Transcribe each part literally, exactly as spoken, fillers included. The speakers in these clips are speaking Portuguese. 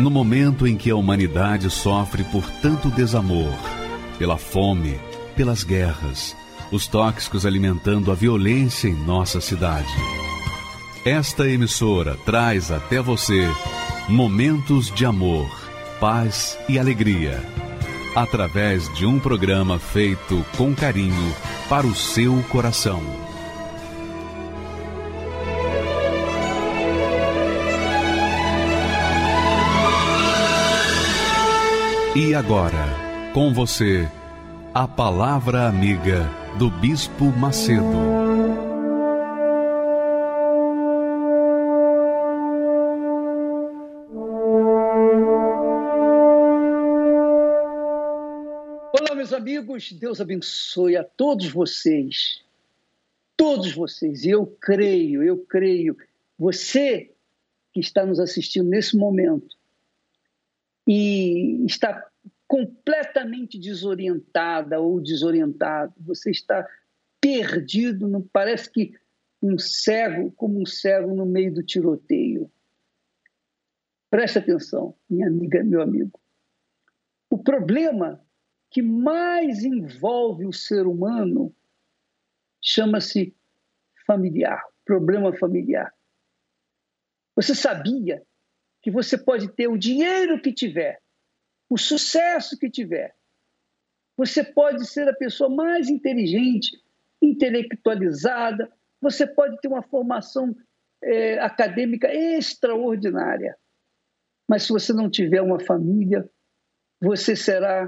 No momento em que a humanidade sofre por tanto desamor, pela fome, pelas guerras, os tóxicos alimentando a violência em nossa cidade. Esta emissora traz até você momentos de amor, paz e alegria, através de um programa feito com carinho para o seu coração. E agora, com você, a Palavra Amiga do Bispo Macedo. Olá, meus amigos, Deus abençoe a todos vocês, todos vocês, e eu creio, eu creio, você que está nos assistindo nesse momento, e está completamente desorientada ou desorientado, você está perdido, não parece que um cego, como um cego no meio do tiroteio. Preste atenção, minha amiga, meu amigo. O problema que mais envolve o ser humano chama-se familiar, problema familiar. Você sabia que você pode ter o dinheiro que tiver, o sucesso que tiver. Você pode ser a pessoa mais inteligente, intelectualizada, você pode ter uma formação é, acadêmica extraordinária. Mas se você não tiver uma família, você será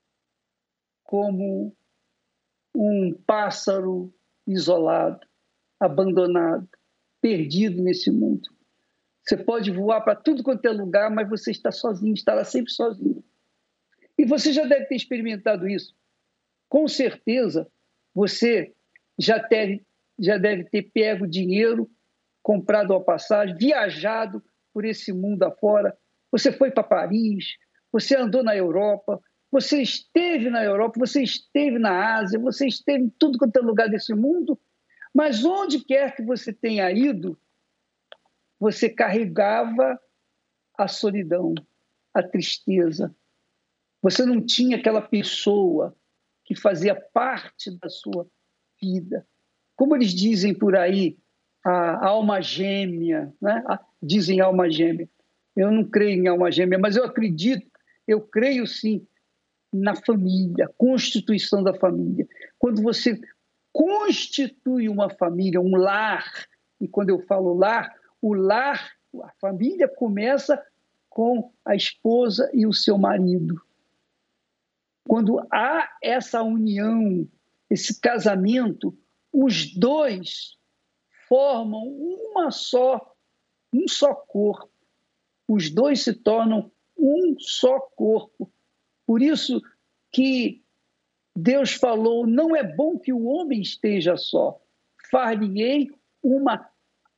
como um pássaro isolado, abandonado, perdido nesse mundo. Você pode voar para tudo quanto é lugar, mas você está sozinho, estará sempre sozinho. E você já deve ter experimentado isso. Com certeza, você já deve, já deve ter pego dinheiro, comprado uma passagem, viajado por esse mundo afora. Você foi para Paris, você andou na Europa, você esteve na Europa, você esteve na Ásia, você esteve em tudo quanto é lugar desse mundo, mas onde quer que você tenha ido, você carregava a solidão, a tristeza. Você não tinha aquela pessoa que fazia parte da sua vida. Como eles dizem por aí, a alma gêmea, né? Dizem alma gêmea. Eu não creio em alma gêmea, mas eu acredito, eu creio sim na família, constituição da família. Quando você constitui uma família, um lar, e quando eu falo lar, o lar, a família começa com a esposa e o seu marido. Quando há essa união, esse casamento, os dois formam uma só, um só corpo. Os dois se tornam um só corpo. Por isso que Deus falou, não é bom que o homem esteja só. Far-lhe-ei uma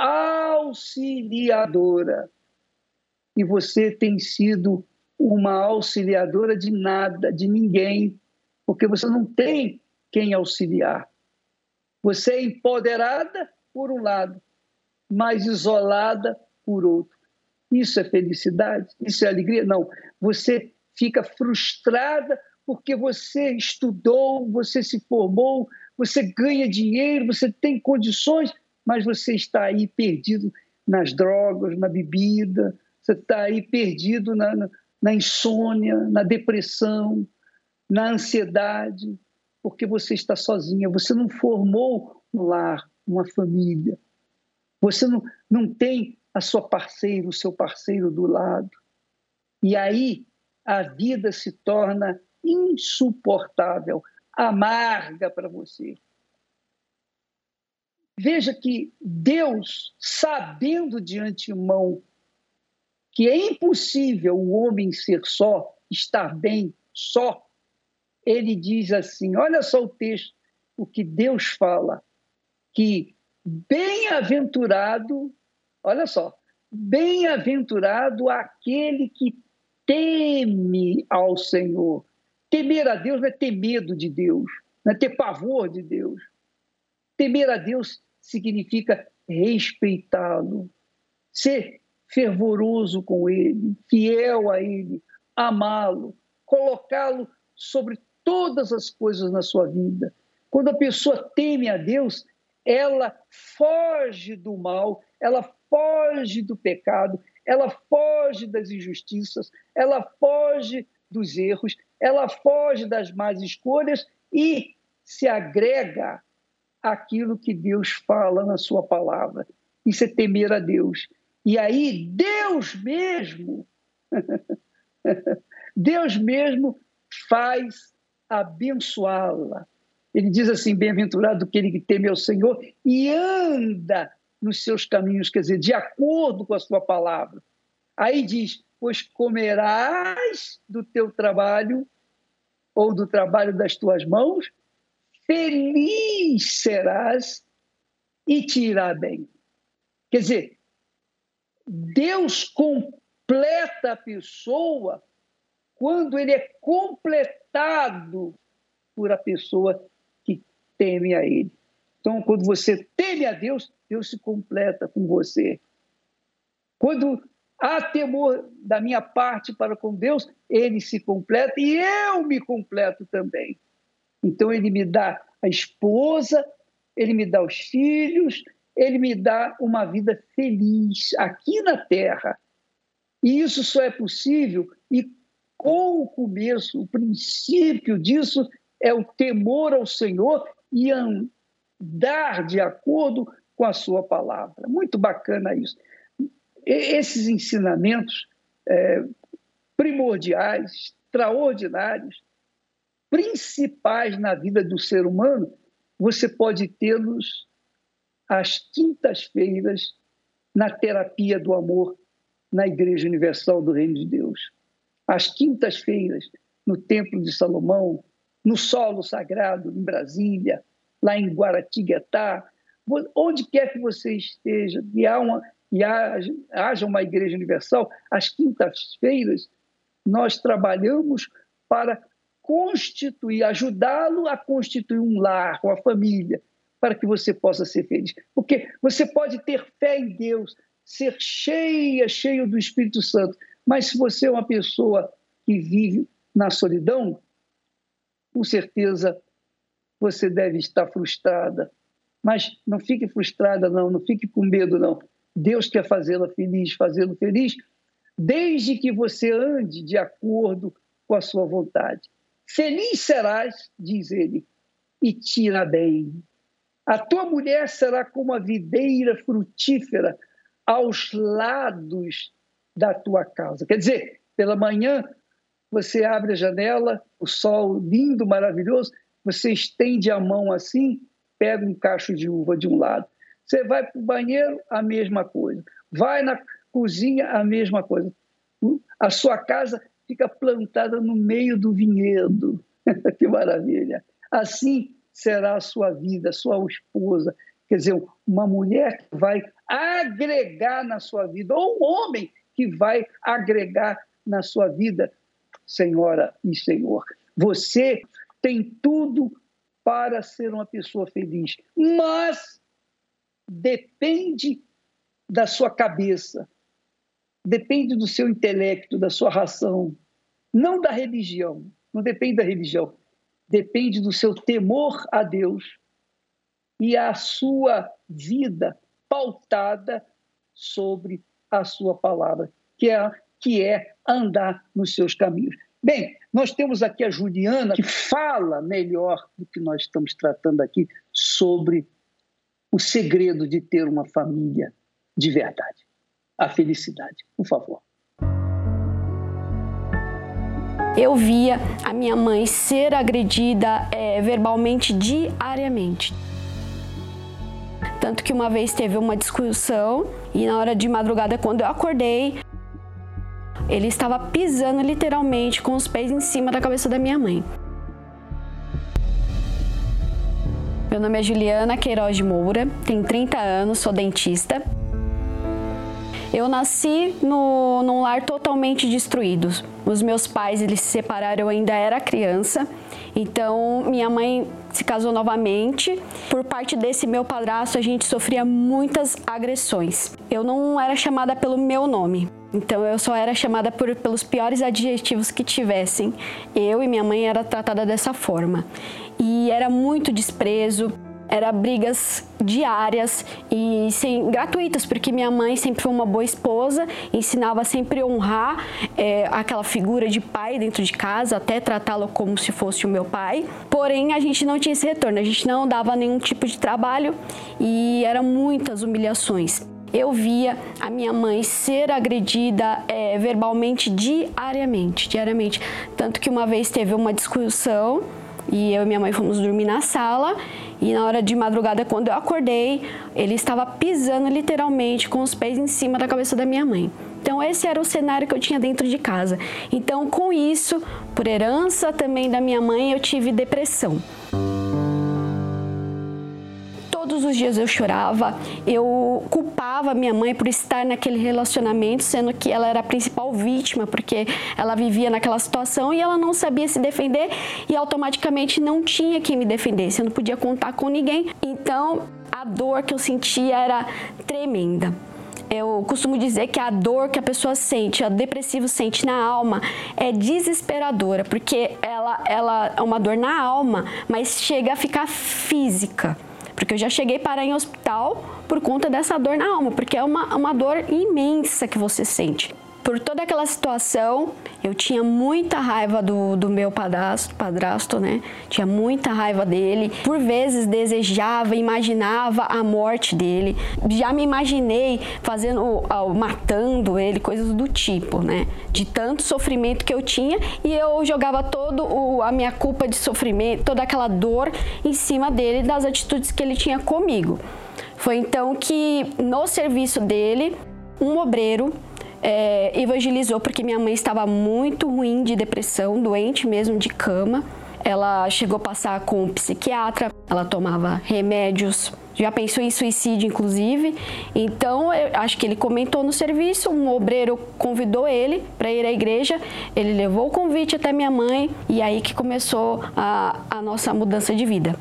auxiliadora. E você tem sido uma auxiliadora de nada, de ninguém, porque você não tem quem auxiliar. Você é empoderada por um lado, mas isolada por outro. Isso é felicidade? Isso é alegria? Não. Você fica frustrada porque você estudou, você se formou, você ganha dinheiro, você tem condições, mas você está aí perdido nas drogas, na bebida, você está aí perdido na, na, na insônia, na depressão, na ansiedade, porque você está sozinha, você não formou um lar, uma família. Você não, não tem a sua parceira, o seu parceiro do lado. E aí a vida se torna insuportável, amarga para você. Veja que Deus, sabendo de antemão que é impossível o homem ser só, estar bem só, ele diz assim, olha só o texto, o que Deus fala, que bem-aventurado, olha só, bem-aventurado aquele que teme ao Senhor. Temer a Deus não é ter medo de Deus, não é ter pavor de Deus. Temer a Deus significa respeitá-lo, ser fervoroso com Ele, fiel a Ele, amá-lo, colocá-lo sobre todas as coisas na sua vida. Quando a pessoa teme a Deus, ela foge do mal, ela foge do pecado, ela foge das injustiças, ela foge dos erros, ela foge das más escolhas e se agrega àquilo que Deus fala na sua palavra. Isso é temer a Deus. E aí, Deus mesmo, Deus mesmo faz abençoá-la. Ele diz assim, bem-aventurado aquele que teme ao Senhor e anda nos seus caminhos, quer dizer, de acordo com a sua palavra. Aí diz, pois comerás do teu trabalho ou do trabalho das tuas mãos, feliz serás e te irá bem. Quer dizer, Deus completa a pessoa quando ele é completado por a pessoa que teme a ele. Então, quando você teme a Deus, Deus se completa com você. Quando há temor da minha parte para com Deus, ele se completa e eu me completo também. Então, ele me dá a esposa, ele me dá os filhos, ele me dá uma vida feliz aqui na terra. E isso só é possível e com o começo, o princípio disso é o temor ao Senhor e andar de acordo com a sua palavra. Muito bacana isso. Esses ensinamentos é, primordiais, extraordinários, principais na vida do ser humano, você pode tê-los às quintas-feiras na terapia do amor na Igreja Universal do Reino de Deus. Às quintas-feiras, no Templo de Salomão, no Solo Sagrado, em Brasília, lá em Guaratinguetá, onde quer que você esteja, e, há uma, e haja, haja uma Igreja Universal, às quintas-feiras, nós trabalhamos para constituir, ajudá-lo a constituir um lar, uma família, para que você possa ser feliz. Porque você pode ter fé em Deus, ser cheia, cheio do Espírito Santo, mas se você é uma pessoa que vive na solidão, com certeza você deve estar frustrada. Mas não fique frustrada, não, não fique com medo, não. Deus quer fazê-la feliz, fazê-lo feliz, desde que você ande de acordo com a sua vontade. Feliz serás, diz ele, e te irá bem. A tua mulher será como a videira frutífera aos lados da tua casa. Quer dizer, pela manhã você abre a janela, o sol lindo, maravilhoso, você estende a mão assim, pega um cacho de uva de um lado. Você vai para o banheiro, a mesma coisa. Vai na cozinha, a mesma coisa. A sua casa fica plantada no meio do vinhedo. Que maravilha! Assim será a sua vida, a sua esposa. Quer dizer, uma mulher que vai agregar na sua vida, ou um homem que vai agregar na sua vida, senhora e senhor. Você tem tudo para ser uma pessoa feliz, mas depende da sua cabeça, depende do seu intelecto, da sua razão, não da religião, não depende da religião, depende do seu temor a Deus e a sua vida pautada sobre a sua palavra, que é, que é andar nos seus caminhos. Bem, nós temos aqui a Juliana, que fala melhor do que nós estamos tratando aqui sobre o segredo de ter uma família de verdade, a felicidade. Por favor. Eu via a minha mãe ser agredida é, verbalmente diariamente. Tanto que uma vez teve uma discussão e na hora de madrugada, quando eu acordei, ele estava pisando literalmente com os pés em cima da cabeça da minha mãe. Meu nome é Juliana Queiroz de Moura, tenho trinta anos, sou dentista. Eu nasci no, num lar totalmente destruído. Os meus pais, eles se separaram, eu ainda era criança. Então, minha mãe se casou novamente. Por parte desse meu padrasto, a gente sofria muitas agressões. Eu não era chamada pelo meu nome, então eu só era chamada por, pelos piores adjetivos que tivessem. Eu e minha mãe era tratada dessa forma. E era muito desprezo, era brigas diárias e sem, gratuitas, porque minha mãe sempre foi uma boa esposa, ensinava sempre a honrar é, aquela figura de pai dentro de casa, até tratá-lo como se fosse o meu pai. Porém, a gente não tinha esse retorno, a gente não dava nenhum tipo de trabalho e eram muitas humilhações. Eu via a minha mãe ser agredida é, verbalmente diariamente, diariamente. Tanto que uma vez teve uma discussão e eu e minha mãe fomos dormir na sala e na hora de madrugada, quando eu acordei, ele estava pisando literalmente com os pés em cima da cabeça da minha mãe. Então esse era o cenário que eu tinha dentro de casa. Então com isso, por herança também da minha mãe, eu tive depressão. Todos os dias eu chorava, eu culpava minha mãe por estar naquele relacionamento, sendo que ela era a principal vítima, porque ela vivia naquela situação e ela não sabia se defender e automaticamente não tinha quem me defendesse, eu não podia contar com ninguém. Então a dor que eu sentia era tremenda. Eu costumo dizer que a dor que a pessoa sente, o depressivo sente na alma, é desesperadora, porque ela, ela é uma dor na alma, mas chega a ficar física. Porque eu já cheguei a parar em hospital por conta dessa dor na alma, porque é uma, uma dor imensa que você sente. Por toda aquela situação, eu tinha muita raiva do, do meu padrasto, padrasto, né? Tinha muita raiva dele. Por vezes desejava, imaginava a morte dele. Já me imaginei fazendo, matando ele, coisas do tipo, né? De tanto sofrimento que eu tinha e eu jogava toda a minha culpa de sofrimento, toda aquela dor em cima dele, das atitudes que ele tinha comigo. Foi então que no serviço dele, um obreiro É, evangelizou, porque minha mãe estava muito ruim de depressão, doente mesmo de cama. Ela chegou a passar com um psiquiatra, ela tomava remédios, já pensou em suicídio inclusive. Então eu acho que ele comentou no serviço, um obreiro convidou ele para ir à igreja, ele levou o convite até minha mãe e aí que começou a, a nossa mudança de vida.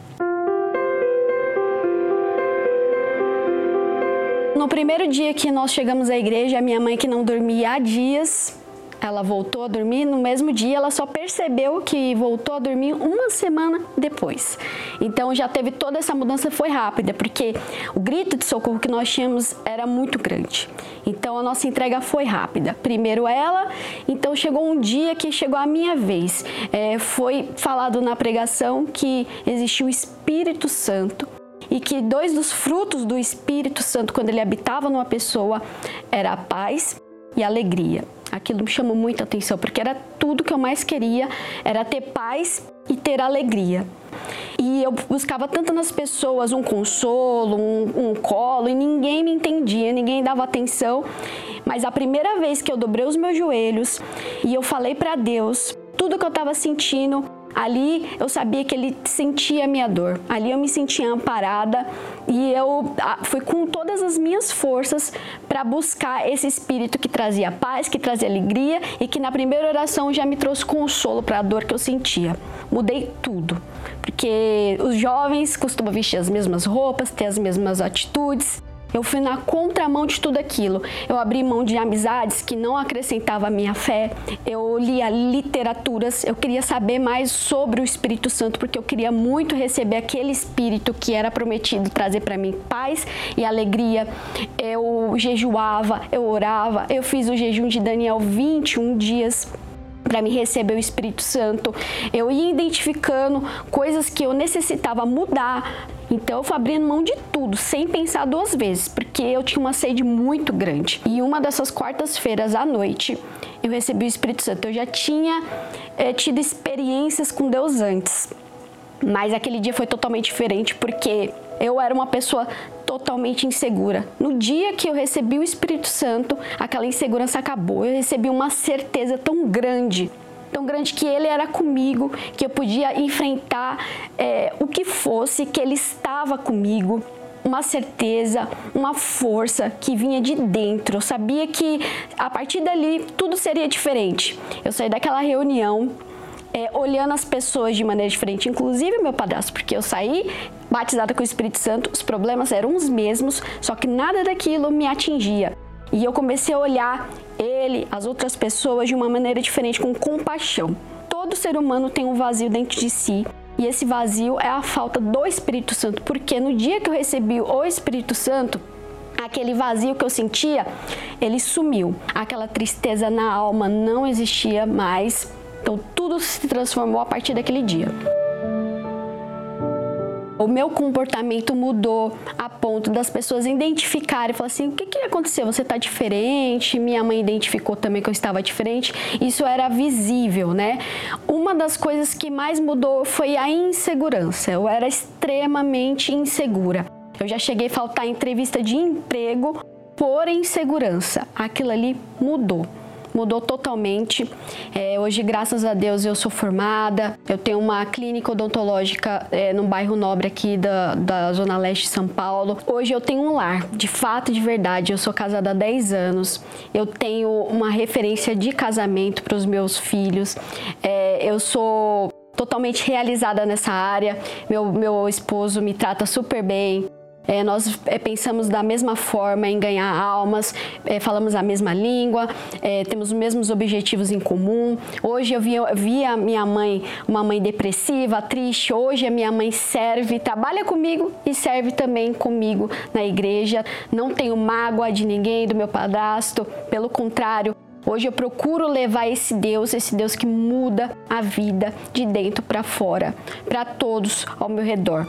No primeiro dia que nós chegamos à igreja, a minha mãe, que não dormia há dias, ela voltou a dormir. No mesmo dia, ela só percebeu que voltou a dormir uma semana depois. Então já teve toda essa mudança, foi rápida, porque o grito de socorro que nós tínhamos era muito grande. Então a nossa entrega foi rápida. Primeiro ela, então chegou um dia que chegou a minha vez. É, foi falado na pregação que existia o Espírito Santo, e que dois dos frutos do Espírito Santo, quando ele habitava numa pessoa, era a paz e a alegria. Aquilo me chamou muita atenção, porque era tudo que eu mais queria, era ter paz e ter alegria. E eu buscava tanto nas pessoas um consolo, um, um colo, e ninguém me entendia, ninguém dava atenção. Mas a primeira vez que eu dobrei os meus joelhos e eu falei para Deus tudo que eu estava sentindo, ali eu sabia que ele sentia a minha dor, ali eu me sentia amparada e eu fui com todas as minhas forças para buscar esse espírito que trazia paz, que trazia alegria e que na primeira oração já me trouxe consolo para a dor que eu sentia. Mudei tudo, porque os jovens costumam vestir as mesmas roupas, ter as mesmas atitudes. Eu fui na contramão de tudo aquilo. Eu abri mão de amizades que não acrescentavam a minha fé. Eu lia literaturas. Eu queria saber mais sobre o Espírito Santo, porque eu queria muito receber aquele Espírito que era prometido trazer para mim paz e alegria. Eu jejuava, eu orava. Eu fiz o jejum de Daniel vinte e um dias para me receber o Espírito Santo. Eu ia identificando coisas que eu necessitava mudar. Então eu fui abrindo mão de tudo, sem pensar duas vezes, porque eu tinha uma sede muito grande. E uma dessas quartas-feiras à noite, eu recebi o Espírito Santo. Eu já tinha é, tido experiências com Deus antes, mas aquele dia foi totalmente diferente, porque eu era uma pessoa totalmente insegura. No dia que eu recebi o Espírito Santo, aquela insegurança acabou. Eu recebi uma certeza tão grande, tão grande que Ele era comigo, que eu podia enfrentar é, o que fosse, que Ele estava comigo. Uma certeza, uma força que vinha de dentro. Eu sabia que a partir dali tudo seria diferente. Eu saí daquela reunião é, olhando as pessoas de maneira diferente, inclusive meu padrasto, porque eu saí batizada com o Espírito Santo, os problemas eram os mesmos, só que nada daquilo me atingia. E eu comecei a olhar ele, as outras pessoas, de uma maneira diferente, com compaixão. Todo ser humano tem um vazio dentro de si, e esse vazio é a falta do Espírito Santo, porque no dia que eu recebi o Espírito Santo, aquele vazio que eu sentia, ele sumiu. Aquela tristeza na alma não existia mais. Então tudo se transformou a partir daquele dia. O meu comportamento mudou a ponto das pessoas identificarem e falar assim, o que, que aconteceu? Você está diferente? Minha mãe identificou também que eu estava diferente. Isso era visível, né? Uma das coisas que mais mudou foi a insegurança. Eu era extremamente insegura. Eu já cheguei a faltar em entrevista de emprego por insegurança. Aquilo ali mudou. Mudou totalmente. É, hoje, graças a Deus, eu sou formada. Eu tenho uma clínica odontológica é, no bairro Nobre aqui da, da Zona Leste de São Paulo. Hoje eu tenho um lar, de fato, de verdade. Eu sou casada há dez anos. Eu tenho uma referência de casamento para os meus filhos. É, eu sou totalmente realizada nessa área. Meu, meu esposo me trata super bem. É, nós é, pensamos da mesma forma em ganhar almas, é, falamos a mesma língua, é, temos os mesmos objetivos em comum. Hoje eu vi, eu vi a minha mãe, uma mãe depressiva, triste. Hoje a minha mãe serve, trabalha comigo e serve também comigo na igreja. Não tenho mágoa de ninguém, do meu padrasto, pelo contrário. Hoje eu procuro levar esse Deus, esse Deus que muda a vida de dentro para fora, para todos ao meu redor.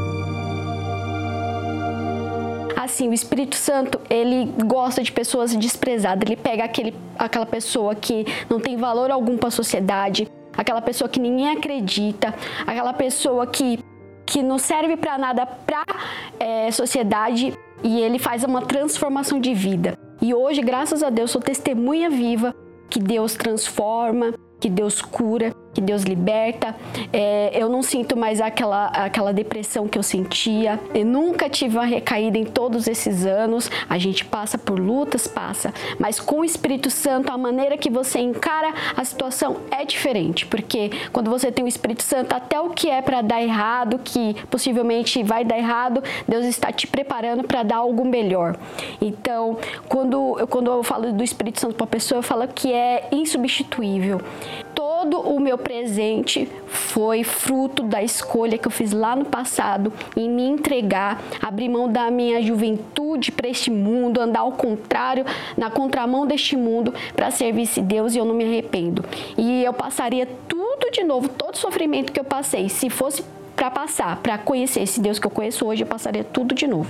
Assim, o Espírito Santo, ele gosta de pessoas desprezadas. Ele pega aquele, aquela pessoa que não tem valor algum para a sociedade, aquela pessoa que ninguém acredita, aquela pessoa que, que não serve para nada para a sociedade, e ele faz uma transformação de vida. E hoje, graças a Deus, sou testemunha viva que Deus transforma, que Deus cura, que Deus liberta. É, eu não sinto mais aquela, aquela depressão que eu sentia. Eu nunca tive uma recaída em todos esses anos. A gente passa por lutas, passa. Mas com o Espírito Santo, a maneira que você encara a situação é diferente. Porque quando você tem o Espírito Santo, até o que é para dar errado, que possivelmente vai dar errado, Deus está te preparando para dar algo melhor. Então, quando, quando eu falo do Espírito Santo para a pessoa, eu falo que é insubstituível. Todo o meu presente foi fruto da escolha que eu fiz lá no passado em me entregar, abrir mão da minha juventude para este mundo, andar ao contrário, na contramão deste mundo para servir esse Deus, e eu não me arrependo. E eu passaria tudo de novo, todo o sofrimento que eu passei, se fosse para passar, para conhecer esse Deus que eu conheço hoje, eu passaria tudo de novo.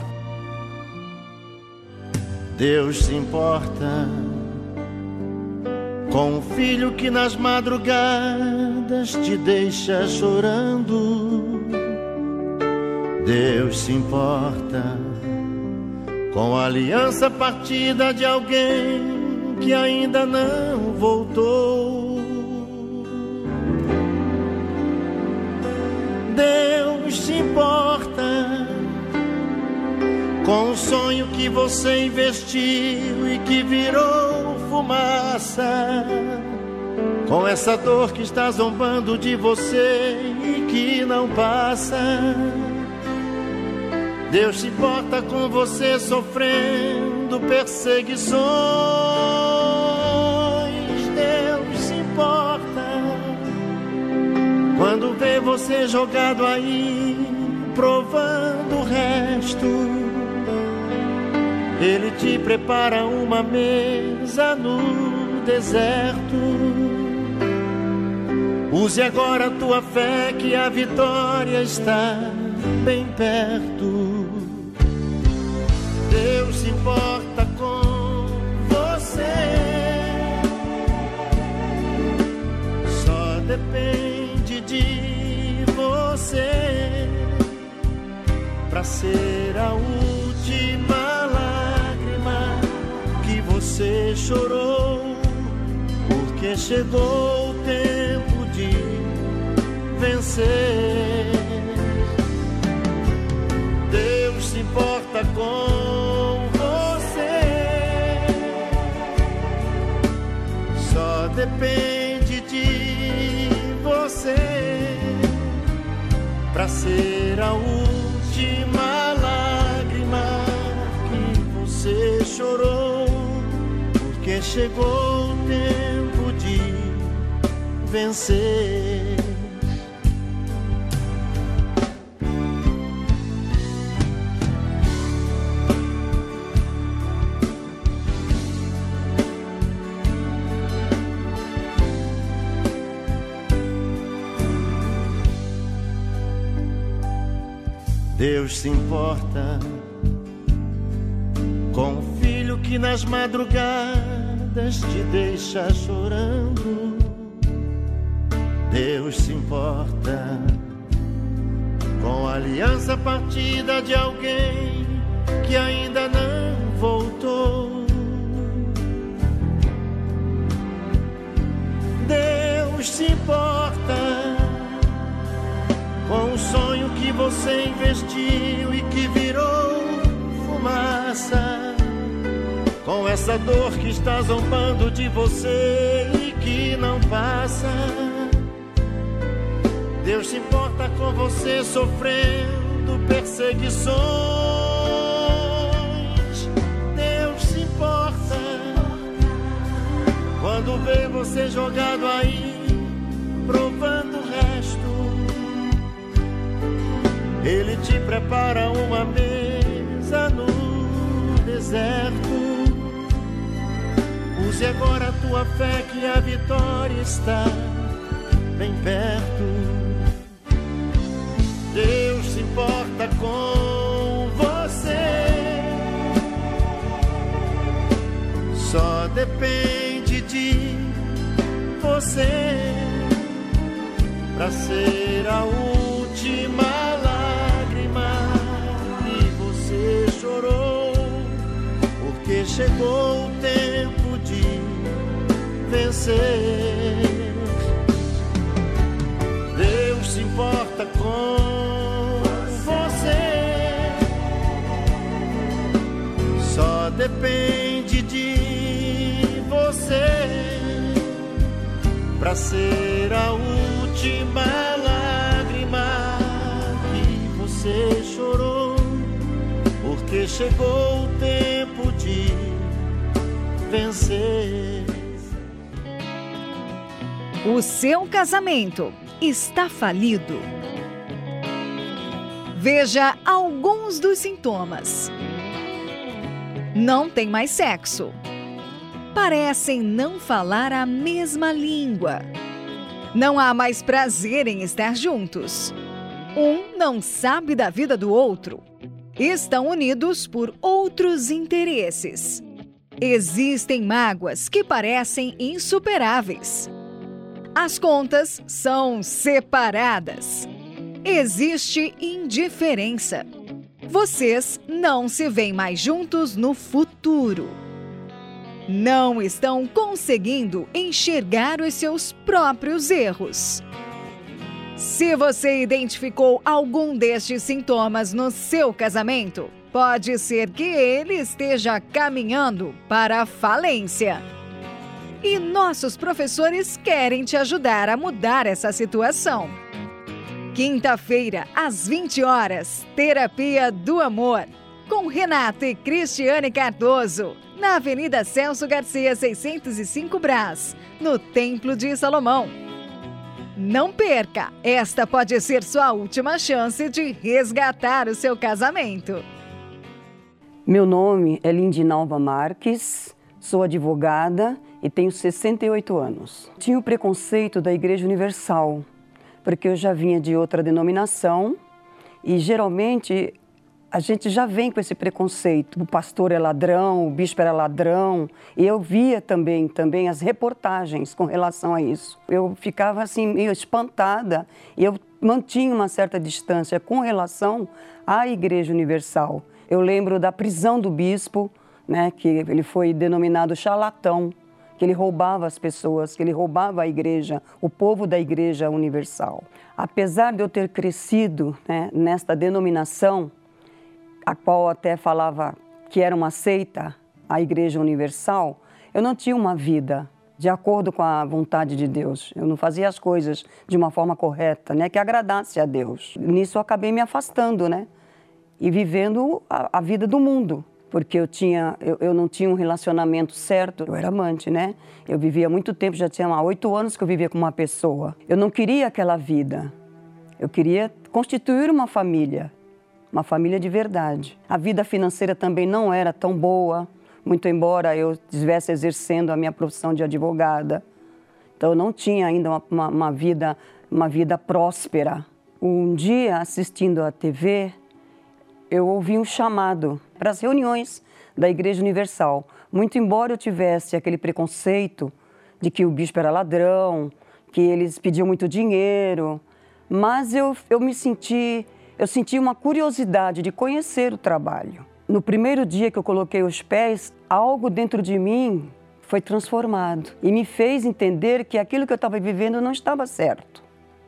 Deus se importa com o filho que nas madrugadas te deixa chorando. Deus se importa com a aliança partida de alguém que ainda não voltou. Deus se importa com o sonho que você investiu e que virou fumaça, com essa dor que está zombando de você e que não passa. Deus se importa com você sofrendo perseguições. Deus se importa quando vê você jogado aí, provando o resto. Ele te prepara uma mesa no deserto. Use agora a tua fé que a vitória está bem perto. Deus se importa com você. Só depende de você pra ser a última você chorou, porque chegou o tempo de vencer. Deus se importa com você. Só depende de você para ser a última lágrima que você chorou, porque chegou o tempo de vencer. Deus se importa com o filho que nas madrugadas te deixa chorando. Deus se importa com a aliança partida de alguém que ainda não voltou. Deus se importa com o sonho que você investiu e que virou fumaça, com essa dor que está zombando de você e que não passa. Deus se importa com você sofrendo perseguições. Deus se importa quando vê você jogado aí, provando o resto. Ele te prepara uma mesa no deserto. Use agora a tua fé que a vitória está bem perto. Deus se importa com você. Só depende de você pra ser a última lágrima que você chorou, porque chegou o tempo de vencer. Deus se importa com você. Só depende de você pra ser a última lágrima que você chorou, porque chegou o tempo de vencer. O seu casamento está falido? Veja alguns dos sintomas. Não tem mais sexo. Parecem não falar a mesma língua. Não há mais prazer em estar juntos. Um não sabe da vida do outro. Estão unidos por outros interesses. Existem mágoas que parecem insuperáveis. As contas são separadas. Existe indiferença. Vocês não se veem mais juntos no futuro. Não estão conseguindo enxergar os seus próprios erros. Se você identificou algum destes sintomas no seu casamento, pode ser que ele esteja caminhando para a falência. E nossos professores querem te ajudar a mudar essa situação. Quinta-feira, às vinte horas, Terapia do Amor, com Renata e Cristiane Cardoso, na Avenida Celso Garcia, seiscentos e cinco Brás, no Templo de Salomão. Não perca! Esta pode ser sua última chance de resgatar o seu casamento. Meu nome é Lindinalva Marques, sou advogada e tenho sessenta e oito anos. Tinha o preconceito da Igreja Universal, porque eu já vinha de outra denominação e geralmente a gente já vem com esse preconceito. O pastor é ladrão, o bispo era ladrão. E eu via também, também as reportagens com relação a isso. Eu ficava assim meio espantada e eu mantinha uma certa distância com relação à Igreja Universal. Eu lembro da prisão do bispo, né, que ele foi denominado charlatão, que ele roubava as pessoas, que ele roubava a igreja, o povo da Igreja Universal. Apesar de eu ter crescido, né, nesta denominação, a qual até falava que era uma seita, a Igreja Universal, eu não tinha uma vida de acordo com a vontade de Deus. Eu não fazia as coisas de uma forma correta, né, que agradasse a Deus. Nisso eu acabei me afastando, né, e vivendo a, a vida do mundo, porque eu, tinha, eu, eu não tinha um relacionamento certo. Eu era amante, né? Eu vivia há muito tempo, já tinha há oito anos que eu vivia com uma pessoa. Eu não queria aquela vida. Eu queria constituir uma família, uma família de verdade. A vida financeira também não era tão boa, muito embora eu estivesse exercendo a minha profissão de advogada. Então, eu não tinha ainda uma, uma, uma, vida, uma vida próspera. Um dia, assistindo à T V, eu ouvi um chamado para as reuniões da Igreja Universal. Muito embora eu tivesse aquele preconceito de que o bispo era ladrão, que eles pediam muito dinheiro, mas eu, eu me senti, eu senti uma curiosidade de conhecer o trabalho. No primeiro dia que eu coloquei os pés, algo dentro de mim foi transformado e me fez entender que aquilo que eu estava vivendo não estava certo.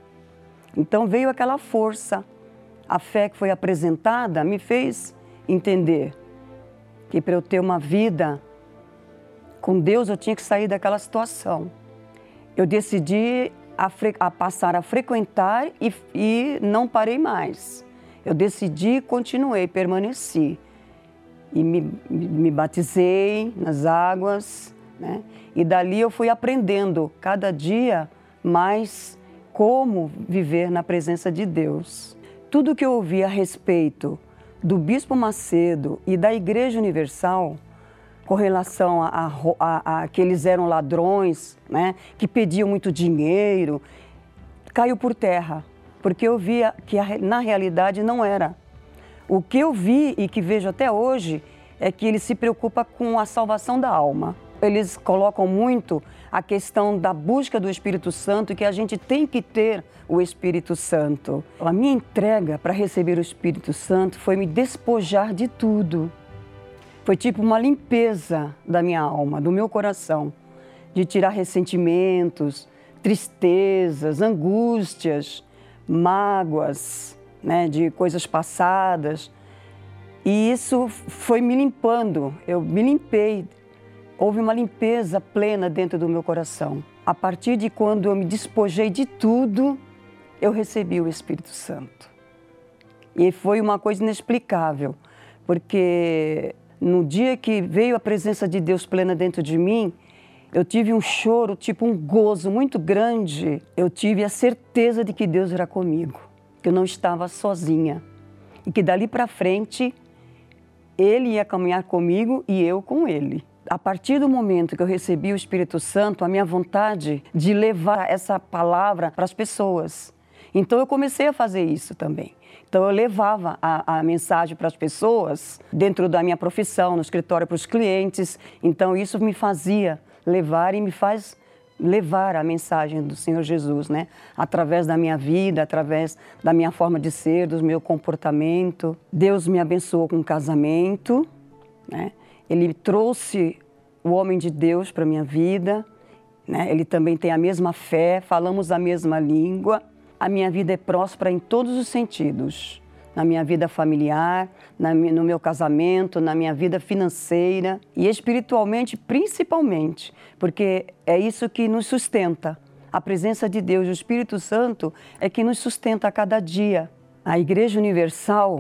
Então veio aquela força, a fé que foi apresentada me fez entender que para eu ter uma vida com Deus eu tinha que sair daquela situação. Eu decidi a, a passar a frequentar e, e não parei mais. Eu decidi, continuei, permaneci. E me, me batizei nas águas, né? E dali eu fui aprendendo cada dia mais como viver na presença de Deus. Tudo que eu ouvi a respeito do Bispo Macedo e da Igreja Universal, com relação a, a, a, a que eles eram ladrões, né? Que pediam muito dinheiro, caiu por terra, porque eu via que a, na realidade não era. O que eu vi e que vejo até hoje é que ele se preocupa com a salvação da alma. Eles colocam muito a questão da busca do Espírito Santo e que a gente tem que ter o Espírito Santo. A minha entrega para receber o Espírito Santo foi me despojar de tudo. Foi tipo uma limpeza da minha alma, do meu coração, de tirar ressentimentos, tristezas, angústias, mágoas, né, de coisas passadas, e isso foi me limpando, eu me limpei, houve uma limpeza plena dentro do meu coração. A partir de quando eu me despojei de tudo, eu recebi o Espírito Santo. E foi uma coisa inexplicável, porque no dia que veio a presença de Deus plena dentro de mim, eu tive um choro, tipo um gozo muito grande. Eu tive a certeza de que Deus era comigo, que eu não estava sozinha e que dali para frente Ele ia caminhar comigo e eu com Ele. A partir do momento que eu recebi o Espírito Santo, a minha vontade de levar essa palavra para as pessoas. Então eu comecei a fazer isso também. Então eu levava a, a mensagem para as pessoas dentro da minha profissão, no escritório para os clientes. Então isso me fazia levar e me faz levar a mensagem do Senhor Jesus, né? Através da minha vida, através da minha forma de ser, do meu comportamento. Deus me abençoou com um casamento, né? Ele trouxe o homem de Deus para a minha vida, né? Ele também tem a mesma fé, falamos a mesma língua. A minha vida é próspera em todos os sentidos. Na minha vida familiar, na, no meu casamento, na minha vida financeira e espiritualmente, principalmente, porque é isso que nos sustenta. A presença de Deus, o Espírito Santo, é que nos sustenta a cada dia. A Igreja Universal,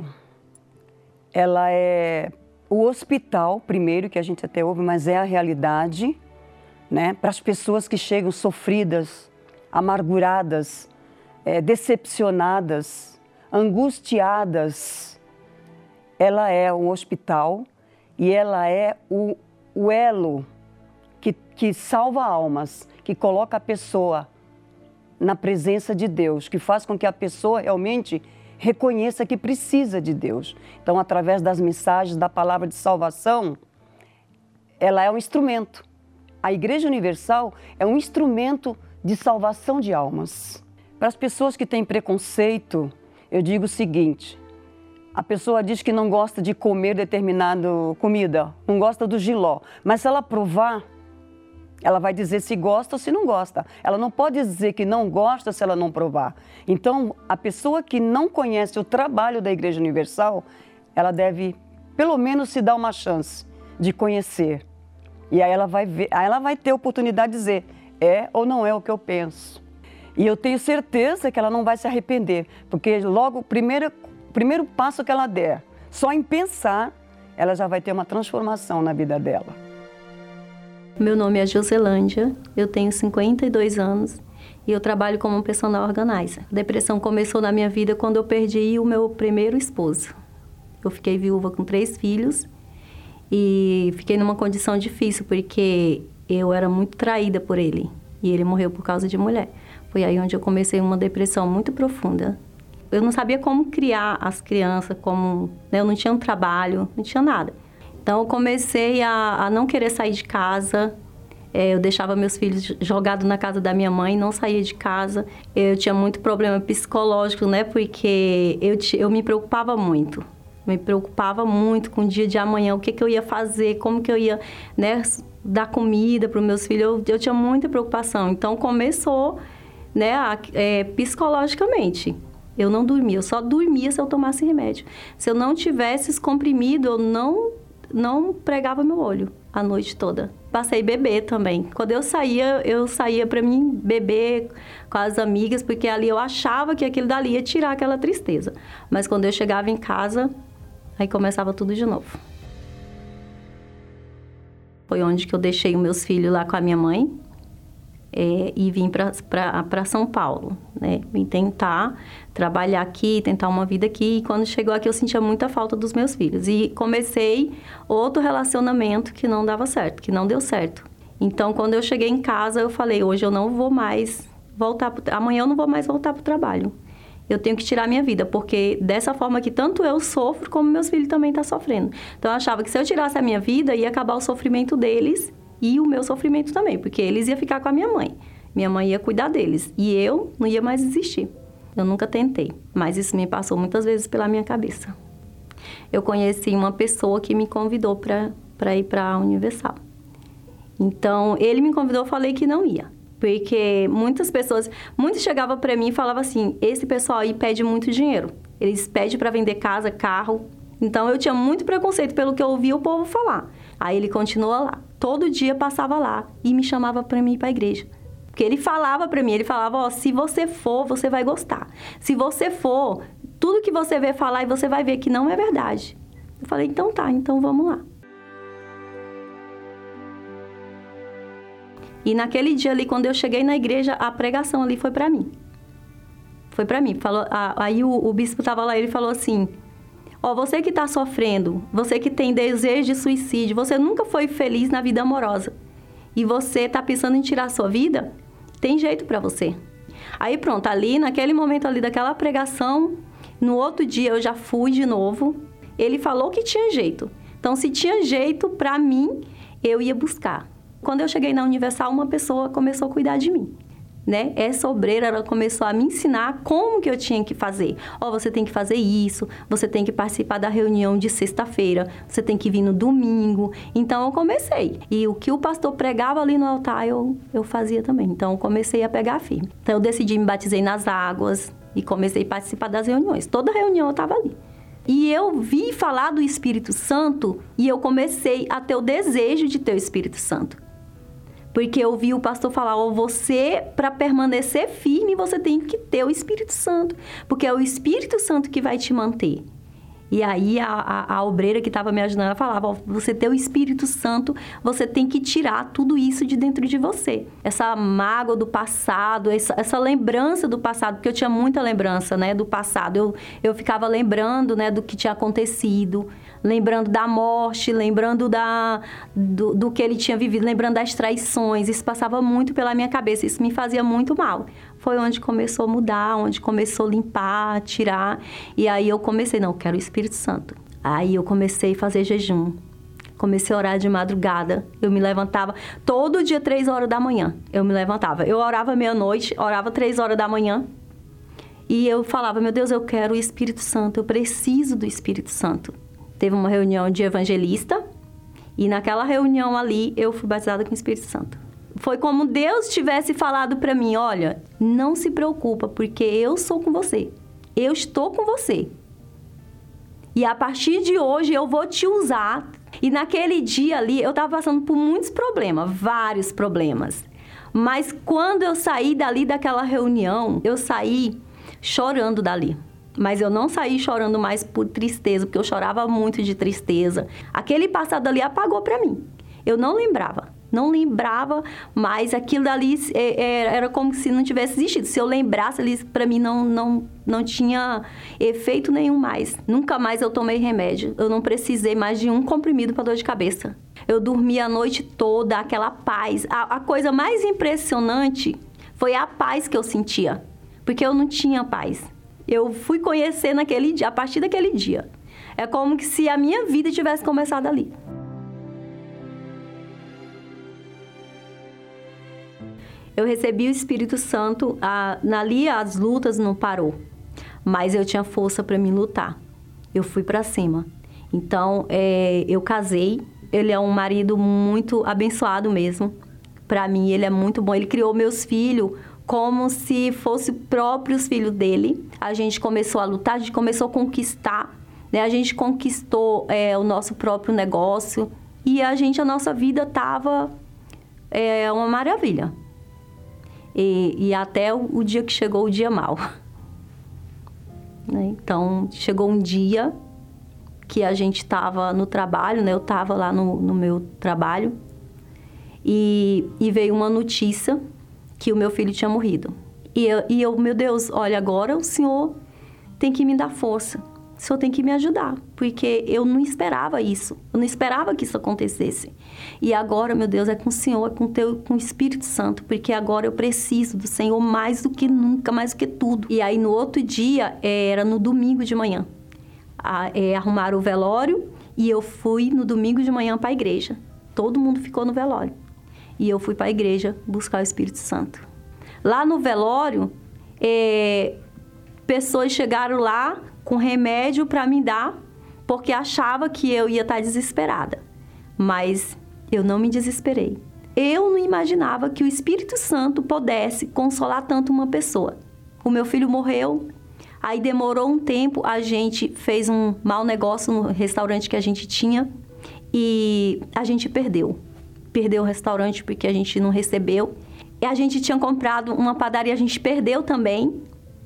ela é o hospital, primeiro, que a gente até ouve, mas é a realidade, né? Para as pessoas que chegam sofridas, amarguradas, é, decepcionadas, angustiadas. Ela é um hospital e ela é o, o elo que, que salva almas, que coloca a pessoa na presença de Deus, que faz com que a pessoa realmente reconheça que precisa de Deus. Então, através das mensagens da palavra de salvação, ela é um instrumento. A Igreja Universal é um instrumento de salvação de almas. Para as pessoas que têm preconceito, eu digo o seguinte: a pessoa diz que não gosta de comer determinada comida, não gosta do jiló, mas se ela provar, ela vai dizer se gosta ou se não gosta. Ela não pode dizer que não gosta se ela não provar. Então, a pessoa que não conhece o trabalho da Igreja Universal, ela deve, pelo menos, se dar uma chance de conhecer. E aí ela vai ver, aí ela vai ter a oportunidade de dizer, é ou não é o que eu penso. E eu tenho certeza que ela não vai se arrepender, porque logo o primeiro, primeiro passo que ela der, só em pensar, ela já vai ter uma transformação na vida dela. Meu nome é Joselândia, eu tenho cinquenta e dois anos e eu trabalho como personal organizer. A depressão começou na minha vida quando eu perdi o meu primeiro esposo. Eu fiquei viúva com três filhos e fiquei numa condição difícil porque eu era muito traída por ele e ele morreu por causa de mulher. Foi aí onde eu comecei uma depressão muito profunda. Eu não sabia como criar as crianças, como, né, eu não tinha um trabalho, não tinha nada. Então eu comecei a, a não querer sair de casa. É, eu deixava meus filhos jogados na casa da minha mãe, não saía de casa. Eu tinha muito problema psicológico, né, porque eu, eu me preocupava muito. Me preocupava muito com o dia de amanhã, o que, que eu ia fazer, como que eu ia, né, dar comida para os meus filhos. Eu, eu tinha muita preocupação. Então, começou, né, a, é, psicologicamente. Eu não dormia, eu só dormia se eu tomasse remédio. Se eu não tivesse esse comprimido, eu não, não pregava meu olho a noite toda. Passei a beber também. Quando eu saía, eu saía para mim beber com as amigas, porque ali eu achava que aquilo dali ia tirar aquela tristeza. Mas quando eu chegava em casa, aí começava tudo de novo. Foi onde que eu deixei os meus filhos lá com a minha mãe é, e vim para São Paulo, né? Vim tentar trabalhar aqui, tentar uma vida aqui. E quando chegou aqui, eu sentia muita falta dos meus filhos. E comecei outro relacionamento que não dava certo, que não deu certo. Então, quando eu cheguei em casa, eu falei, hoje eu não vou mais voltar, pro... amanhã eu não vou mais voltar para o trabalho. Eu tenho que tirar a minha vida, porque dessa forma que tanto eu sofro, como meus filhos também estão sofrendo. Então, eu achava que se eu tirasse a minha vida, ia acabar o sofrimento deles e o meu sofrimento também, porque eles iam ficar com a minha mãe. Minha mãe ia cuidar deles e eu não ia mais existir. Eu nunca tentei, mas isso me passou muitas vezes pela minha cabeça. Eu conheci uma pessoa que me convidou para ir para a Universal. Então, ele me convidou, eu falei que não ia. Porque muitas pessoas, muitos chegavam para mim e falavam assim, esse pessoal aí pede muito dinheiro. Eles pedem para vender casa, carro. Então, eu tinha muito preconceito pelo que eu ouvia o povo falar. Aí, ele continua lá. Todo dia passava lá e me chamava para mim ir para a igreja. Porque ele falava para mim, ele falava, ó, se você for, você vai gostar. Se você for, tudo que você vê falar, e você vai ver que não é verdade. Eu falei, então tá, então vamos lá. E naquele dia ali, quando eu cheguei na igreja, a pregação ali foi para mim. Foi para mim. Falou, a, aí o, o bispo estava lá, ele falou assim, ó, você que está sofrendo, você que tem desejo de suicídio, você nunca foi feliz na vida amorosa. E você está pensando em tirar a sua vida, tem jeito para você. Aí pronto, ali, naquele momento ali daquela pregação, no outro dia eu já fui de novo. Ele falou que tinha jeito. Então, se tinha jeito para mim, eu ia buscar. Quando eu cheguei na Universal, uma pessoa começou a cuidar de mim, né? Essa obreira, ela começou a me ensinar como que eu tinha que fazer. Ó, oh, você tem que fazer isso, você tem que participar da reunião de sexta-feira, você tem que vir no domingo. Então, eu comecei. E o que o pastor pregava ali no altar, eu, eu fazia também. Então, eu comecei a pegar firme. Então, eu decidi, me batizei nas águas e comecei a participar das reuniões. Toda reunião eu estava ali. E eu vi falar do Espírito Santo e eu comecei a ter o desejo de ter o Espírito Santo. Porque eu vi o pastor falar, ó, você, para permanecer firme, você tem que ter o Espírito Santo. Porque é o Espírito Santo que vai te manter. E aí, a, a, a obreira que estava me ajudando, ela falava, ó, você ter o Espírito Santo, você tem que tirar tudo isso de dentro de você. Essa mágoa do passado, essa, essa lembrança do passado, porque eu tinha muita lembrança, né, do passado. Eu, eu ficava lembrando, né, do que tinha acontecido, lembrando da morte, lembrando da, do, do que ele tinha vivido, lembrando das traições. Isso passava muito pela minha cabeça, isso me fazia muito mal. Foi onde começou a mudar, onde começou a limpar, tirar. E aí eu comecei, não, eu quero o Espírito Santo. Aí eu comecei a fazer jejum. Comecei a orar de madrugada. Eu me levantava todo dia, três horas da manhã. Eu me levantava. Eu orava meia-noite, orava três horas da manhã. E eu falava, meu Deus, eu quero o Espírito Santo. Eu preciso do Espírito Santo. Teve uma reunião de evangelista. E naquela reunião ali, eu fui batizada com o Espírito Santo. Foi como Deus tivesse falado para mim, olha, não se preocupa, porque eu sou com você. Eu estou com você. E a partir de hoje eu vou te usar E naquele dia ali, eu estava passando por muitos problemas, vários problemas. Mas quando eu saí dali daquela reunião, eu saí chorando dali. Mas eu não saí chorando mais por tristeza, porque eu chorava muito de tristeza. Aquele passado ali apagou para mim. Eu não lembrava. Não lembrava, mas aquilo dali era como se não tivesse existido. Se eu lembrasse ali, para mim não, não, não tinha efeito nenhum mais. Nunca mais eu tomei remédio. Eu não precisei mais de um comprimido para dor de cabeça. Eu dormi a noite toda, aquela paz. A, a coisa mais impressionante foi a paz que eu sentia, porque eu não tinha paz. Eu fui conhecer naquele dia, a partir daquele dia. É como que se a minha vida tivesse começado ali. Eu recebi o Espírito Santo, a, ali as lutas não parou, mas eu tinha força para me lutar. Eu fui para cima. Então, é, eu casei. Ele é um marido muito abençoado mesmo. Para mim, ele é muito bom. Ele criou meus filhos como se fossem próprios filhos dele. A gente começou a lutar, a gente começou a conquistar, né? A gente conquistou é, o nosso próprio negócio e a gente, a nossa vida estava é, uma maravilha. E, e até o, o dia que chegou o dia mau. Né? Então, chegou um dia que a gente estava no trabalho, né? Eu estava lá no, no meu trabalho e, e veio uma notícia que o meu filho tinha morrido. E eu, e eu, meu Deus, olha, agora o Senhor tem que me dar força. O Senhor tem que me ajudar, porque eu não esperava isso. Eu não esperava que isso acontecesse. E agora, meu Deus, é com o Senhor, é com o teu, com o Espírito Santo, porque agora eu preciso do Senhor mais do que nunca, mais do que tudo. E aí, no outro dia, era no domingo de manhã. A, é, arrumaram o velório e eu fui no domingo de manhã para a igreja. Todo mundo ficou no velório. E eu fui para a igreja buscar o Espírito Santo. Lá no velório, é, pessoas chegaram lá com remédio para me dar, porque achava que eu ia estar desesperada. Mas eu não me desesperei. Eu não imaginava que o Espírito Santo pudesse consolar tanto uma pessoa. O meu filho morreu, aí demorou um tempo, a gente fez um mau negócio no restaurante que a gente tinha e a gente perdeu. Perdeu o restaurante porque a gente não recebeu. E a gente tinha comprado uma padaria, a gente perdeu também.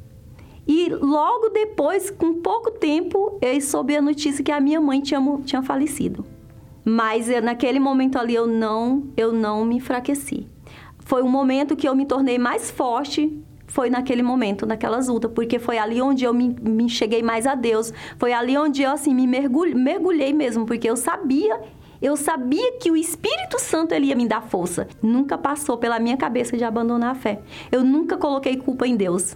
E logo depois, com pouco tempo, eu soube a notícia que a minha mãe tinha, tinha falecido. Mas eu, naquele momento ali eu não, eu não me enfraqueci. Foi um momento que eu me tornei mais forte, foi naquele momento, naquelas lutas, porque foi ali onde eu me, me cheguei mais a Deus. Foi ali onde eu assim, me mergulhei, mergulhei mesmo, porque eu sabia... Eu sabia que o Espírito Santo ele ia me dar força. Nunca passou pela minha cabeça de abandonar a fé. Eu nunca coloquei culpa em Deus.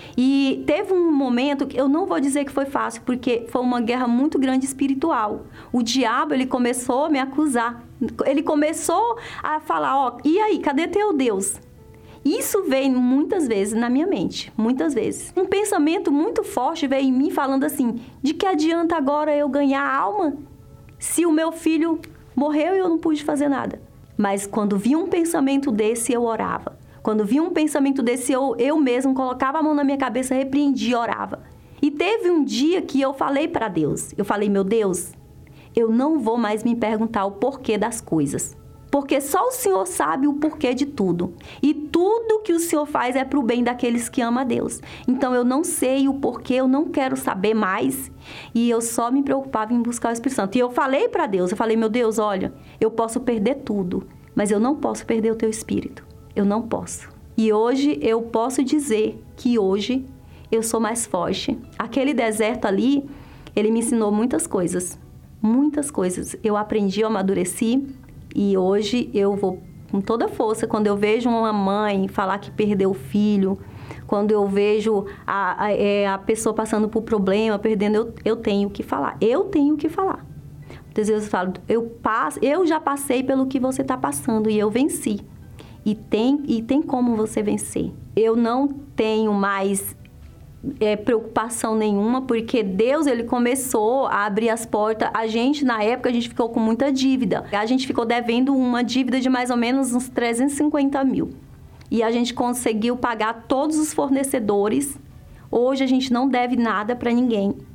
E teve um momento que eu não vou dizer que foi fácil, porque foi uma guerra muito grande espiritual. O diabo, ele começou a me acusar. Ele começou a falar, ó, e aí, cadê teu Deus? Isso veio muitas vezes na minha mente, muitas vezes. Um pensamento muito forte veio em mim falando assim, de que adianta agora eu ganhar alma se o meu filho morreu e eu não pude fazer nada? Mas quando vi um pensamento desse, eu orava. Quando vi um pensamento desse, eu, eu mesmo colocava a mão na minha cabeça, repreendia e orava. E teve um dia que eu falei para Deus, eu falei, meu Deus, eu não vou mais me perguntar o porquê das coisas. Porque só o Senhor sabe o porquê de tudo. E tudo que o Senhor faz é para o bem daqueles que amam a Deus. Então, eu não sei o porquê, eu não quero saber mais. E eu só me preocupava em buscar o Espírito Santo. E eu falei para Deus, eu falei, meu Deus, olha, eu posso perder tudo, mas eu não posso perder o teu Espírito. Eu não posso. E hoje, eu posso dizer que hoje eu sou mais forte. Aquele deserto ali, ele me ensinou muitas coisas. Muitas coisas. Eu aprendi, eu amadureci. E hoje eu vou com toda força, quando eu vejo uma mãe falar que perdeu o filho, quando eu vejo a, a, a pessoa passando por problema, perdendo, eu, eu tenho que falar. Eu tenho que falar. Muitas vezes eu falo, eu, passo, eu já passei pelo que você está passando e eu venci. E tem, e tem como você vencer. Eu não tenho mais... É, preocupação nenhuma, porque Deus, ele começou a abrir as portas. A gente, na época, a gente ficou com muita dívida. A gente ficou devendo uma dívida de mais ou menos uns trezentos e cinquenta mil. E a gente conseguiu pagar todos os fornecedores. Hoje, a gente não deve nada para ninguém.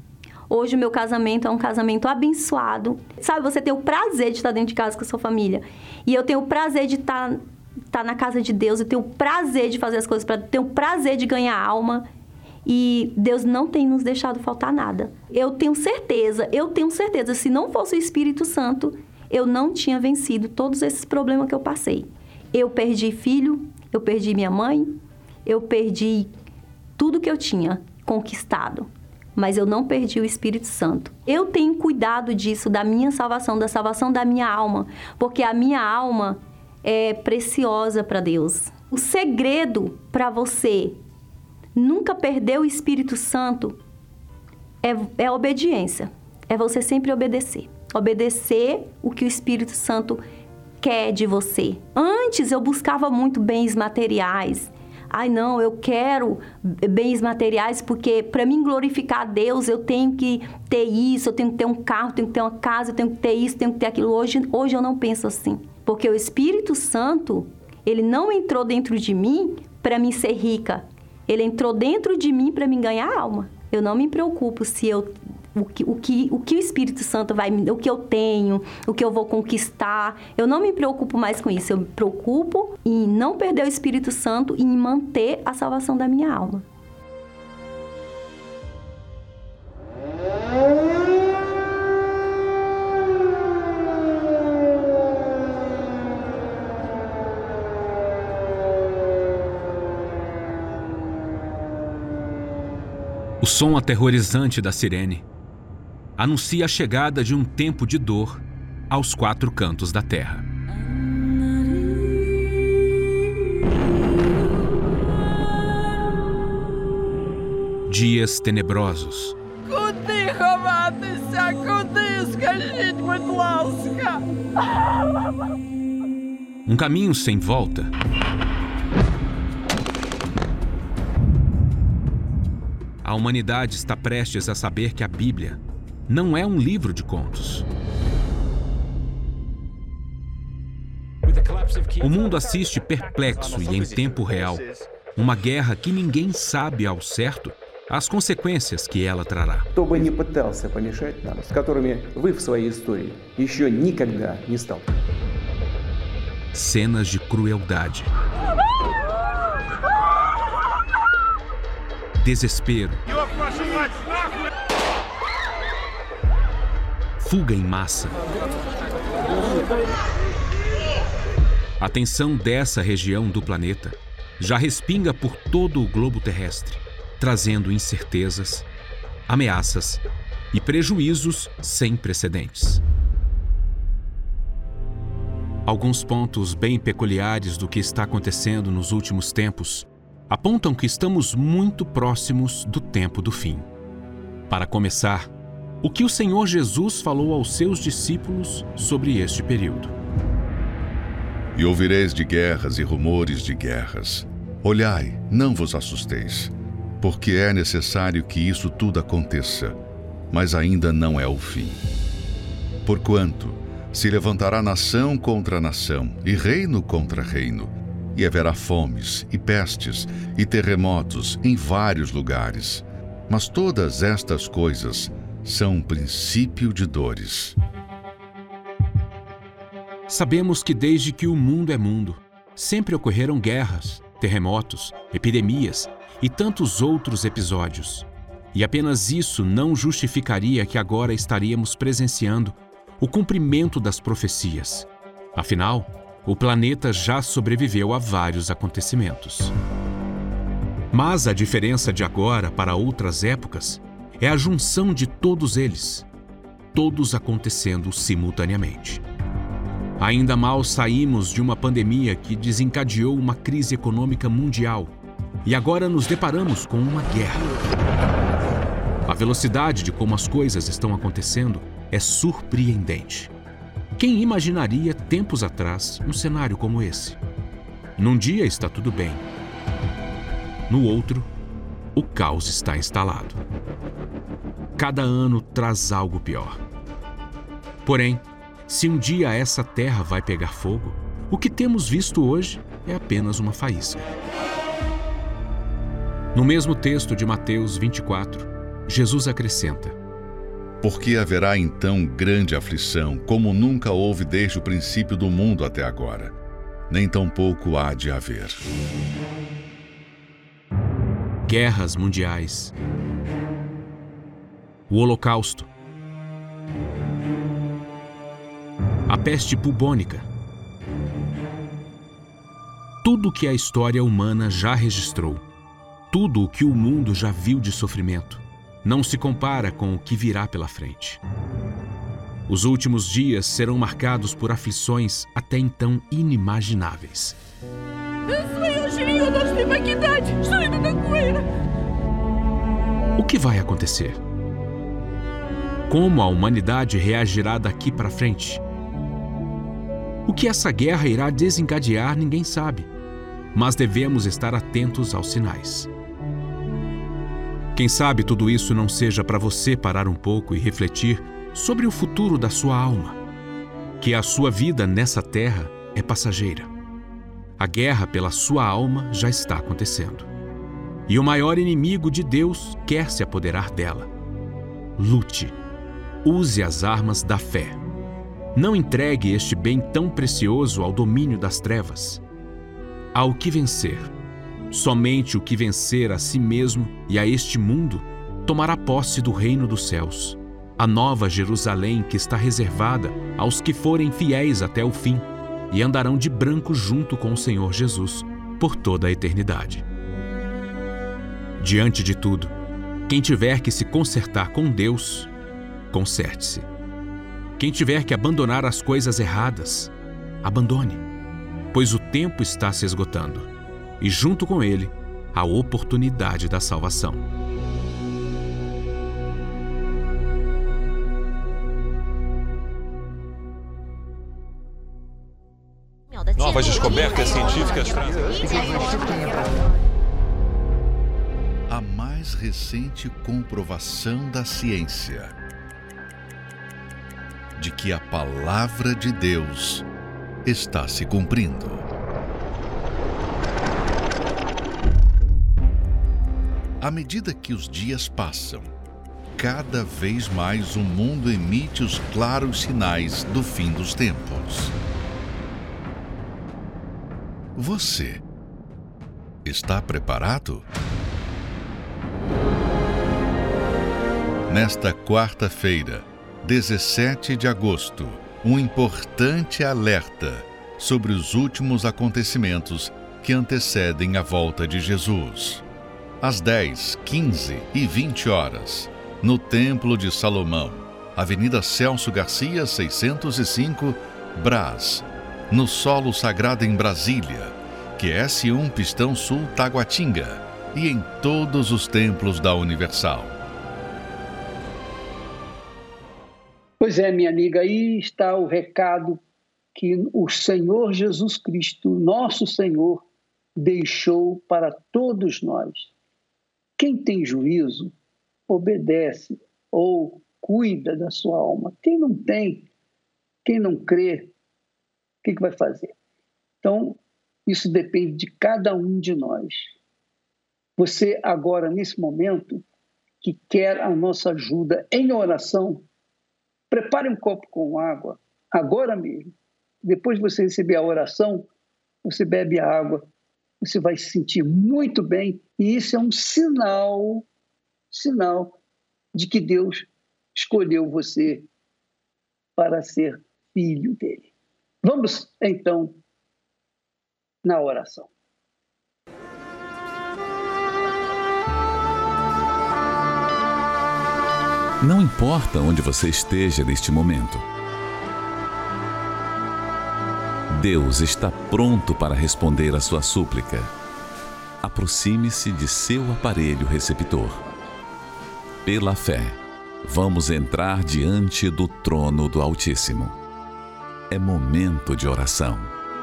Hoje o meu casamento é um casamento abençoado. Sabe, você tem o prazer de estar dentro de casa com a sua família. E eu tenho o prazer de estar, estar na casa de Deus. Eu tenho o prazer de fazer as coisas, para tenho o prazer de ganhar alma. E Deus não tem nos deixado faltar nada. Eu tenho certeza, eu tenho certeza, se não fosse o Espírito Santo, eu não tinha vencido todos esses problemas que eu passei. Eu perdi filho, eu perdi minha mãe, eu perdi tudo que eu tinha conquistado. Mas eu não perdi o Espírito Santo. Eu tenho cuidado disso, da minha salvação, da salvação da minha alma, porque a minha alma é preciosa para Deus. O segredo para você nunca perder o Espírito Santo é, é a obediência. É você sempre obedecer. Obedecer o que o Espírito Santo quer de você. Antes eu buscava muito bens materiais. Ai, não, eu quero bens materiais porque para mim glorificar a Deus eu tenho que ter isso, eu tenho que ter um carro, eu tenho que ter uma casa, eu tenho que ter isso, eu tenho que ter aquilo. Hoje, hoje eu não penso assim. Porque o Espírito Santo, ele não entrou dentro de mim para mim ser rica. Ele entrou dentro de mim para me ganhar alma. Eu não me preocupo se eu... O que, o, que, o que o Espírito Santo vai me... O que eu tenho, o que eu vou conquistar. Eu não me preocupo mais com isso. Eu me preocupo em não perder o Espírito Santo e em manter a salvação da minha alma. O som aterrorizante da sirene anuncia a chegada de um tempo de dor aos quatro cantos da terra. Dias tenebrosos. Um caminho sem volta. A humanidade está prestes a saber que a Bíblia não é um livro de contos. O mundo assiste perplexo e em tempo real uma guerra que ninguém sabe ao certo as consequências que ela trará. Кто бы ни пытался помешать нам, с которыми вы в своей истории еще никогда не сталкивались. Cenas de crueldade. Desespero. Fuga em massa. A tensão dessa região do planeta já respinga por todo o globo terrestre, trazendo incertezas, ameaças e prejuízos sem precedentes. Alguns pontos bem peculiares do que está acontecendo nos últimos tempos apontam que estamos muito próximos do tempo do fim. Para começar, o que o Senhor Jesus falou aos seus discípulos sobre este período. E ouvireis de guerras e rumores de guerras. Olhai, não vos assusteis, porque é necessário que isso tudo aconteça, mas ainda não é o fim. Porquanto se levantará nação contra nação e reino contra reino, e haverá fomes e pestes e terremotos em vários lugares. Mas todas estas coisas são um princípio de dores. Sabemos que desde que o mundo é mundo, sempre ocorreram guerras, terremotos, epidemias e tantos outros episódios. E apenas isso não justificaria que agora estaríamos presenciando o cumprimento das profecias. Afinal, o planeta já sobreviveu a vários acontecimentos. Mas a diferença de agora para outras épocas é a junção de todos eles, todos acontecendo simultaneamente. Ainda mal saímos de uma pandemia que desencadeou uma crise econômica mundial e agora nos deparamos com uma guerra. A velocidade de como as coisas estão acontecendo é surpreendente. Quem imaginaria tempos atrás um cenário como esse? Num dia está tudo bem. No outro, o caos está instalado. Cada ano traz algo pior. Porém, se um dia essa terra vai pegar fogo, o que temos visto hoje é apenas uma faísca. No mesmo texto de Mateus vinte e quatro, Jesus acrescenta: Porque haverá então grande aflição, como nunca houve desde o princípio do mundo até agora, nem tampouco há de haver. Guerras mundiais, o Holocausto, a peste bubônica. Tudo o que a história humana já registrou, tudo o que o mundo já viu de sofrimento, não se compara com o que virá pela frente. Os últimos dias serão marcados por aflições até então inimagináveis. O que vai acontecer? Como a humanidade reagirá daqui para frente? O que essa guerra irá desencadear, ninguém sabe, mas devemos estar atentos aos sinais. Quem sabe tudo isso não seja para você parar um pouco e refletir sobre o futuro da sua alma, que a sua vida nessa terra é passageira. A guerra pela sua alma já está acontecendo. E o maior inimigo de Deus quer se apoderar dela. Lute. Use as armas da fé. Não entregue este bem tão precioso ao domínio das trevas. Há o que vencer. Somente o que vencer a si mesmo e a este mundo tomará posse do reino dos céus, a nova Jerusalém que está reservada aos que forem fiéis até o fim e andarão de branco junto com o Senhor Jesus por toda a eternidade. Diante de tudo, quem tiver que se consertar com Deus, conserte-se. Quem tiver que abandonar as coisas erradas, abandone, pois o tempo está se esgotando. E junto com ele, a oportunidade da salvação. Novas descobertas científicas. A mais recente comprovação da ciência de que a palavra de Deus está se cumprindo. À medida que os dias passam, cada vez mais o mundo emite os claros sinais do fim dos tempos. Você está preparado? Nesta quarta-feira, dezessete de agosto, um importante alerta sobre os últimos acontecimentos que antecedem a volta de Jesus. Às dez, quinze e vinte horas, no Templo de Salomão, Avenida Celso Garcia, seiscentos e cinco, Brás, no Solo Sagrado em Brasília, Q S um Pistão Sul Taguatinga e em todos os templos da Universal. Pois é, minha amiga, aí está o recado que o Senhor Jesus Cristo, nosso Senhor, deixou para todos nós. Quem tem juízo, obedece ou cuida da sua alma. Quem não tem, quem não crê, o que, que vai fazer? Então, isso depende de cada um de nós. Você agora, nesse momento, que quer a nossa ajuda em oração, prepare um copo com água, agora mesmo. Depois de você receber a oração, você bebe a água, você vai se sentir muito bem, e isso é um sinal, sinal de que Deus escolheu você para ser filho dele. Vamos, então, na oração. Não importa onde você esteja neste momento, Deus está pronto para responder a sua súplica. Aproxime-se de seu aparelho receptor. Pela fé, vamos entrar diante do trono do Altíssimo. É momento de oração.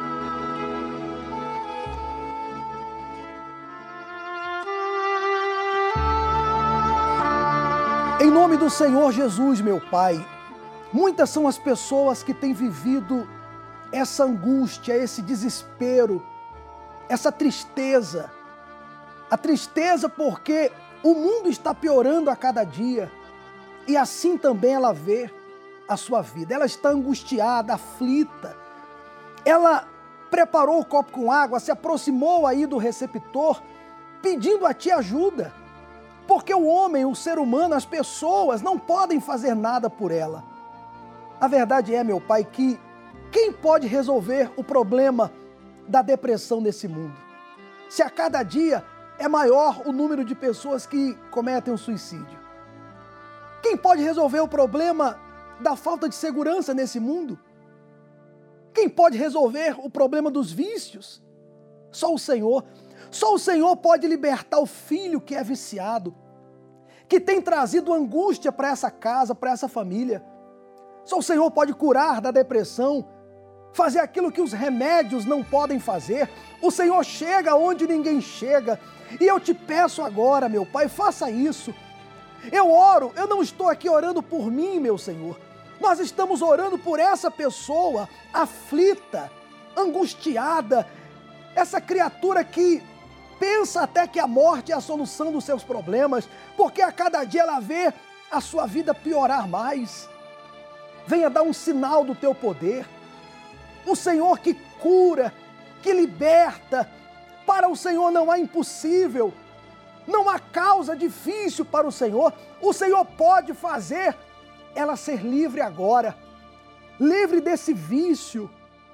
Em nome do Senhor Jesus, meu Pai, muitas são as pessoas que têm vivido essa angústia, esse desespero, essa tristeza. A tristeza porque o mundo está piorando a cada dia. E assim também ela vê a sua vida. Ela está angustiada, aflita. Ela preparou o copo com água, se aproximou aí do receptor, pedindo a ti ajuda. Porque o homem, o ser humano, as pessoas não podem fazer nada por ela. A verdade é, meu Pai, que quem pode resolver o problema da depressão nesse mundo? Se a cada dia é maior o número de pessoas que cometem o suicídio. Quem pode resolver o problema da falta de segurança nesse mundo? Quem pode resolver o problema dos vícios? Só o Senhor. Só o Senhor pode libertar o filho que é viciado, que tem trazido angústia para essa casa, para essa família. Só o Senhor pode curar da depressão, fazer aquilo que os remédios não podem fazer. O Senhor chega onde ninguém chega. E eu te peço agora, meu Pai, faça isso. Eu oro, eu não estou aqui orando por mim, meu Senhor. Nós estamos orando por essa pessoa aflita, angustiada, essa criatura que pensa até que a morte é a solução dos seus problemas, porque a cada dia ela vê a sua vida piorar mais. Venha dar um sinal do teu poder. O Senhor que cura, que liberta. Para o Senhor não há impossível. Não há causa difícil para o Senhor. O Senhor pode fazer ela ser livre agora. Livre desse vício.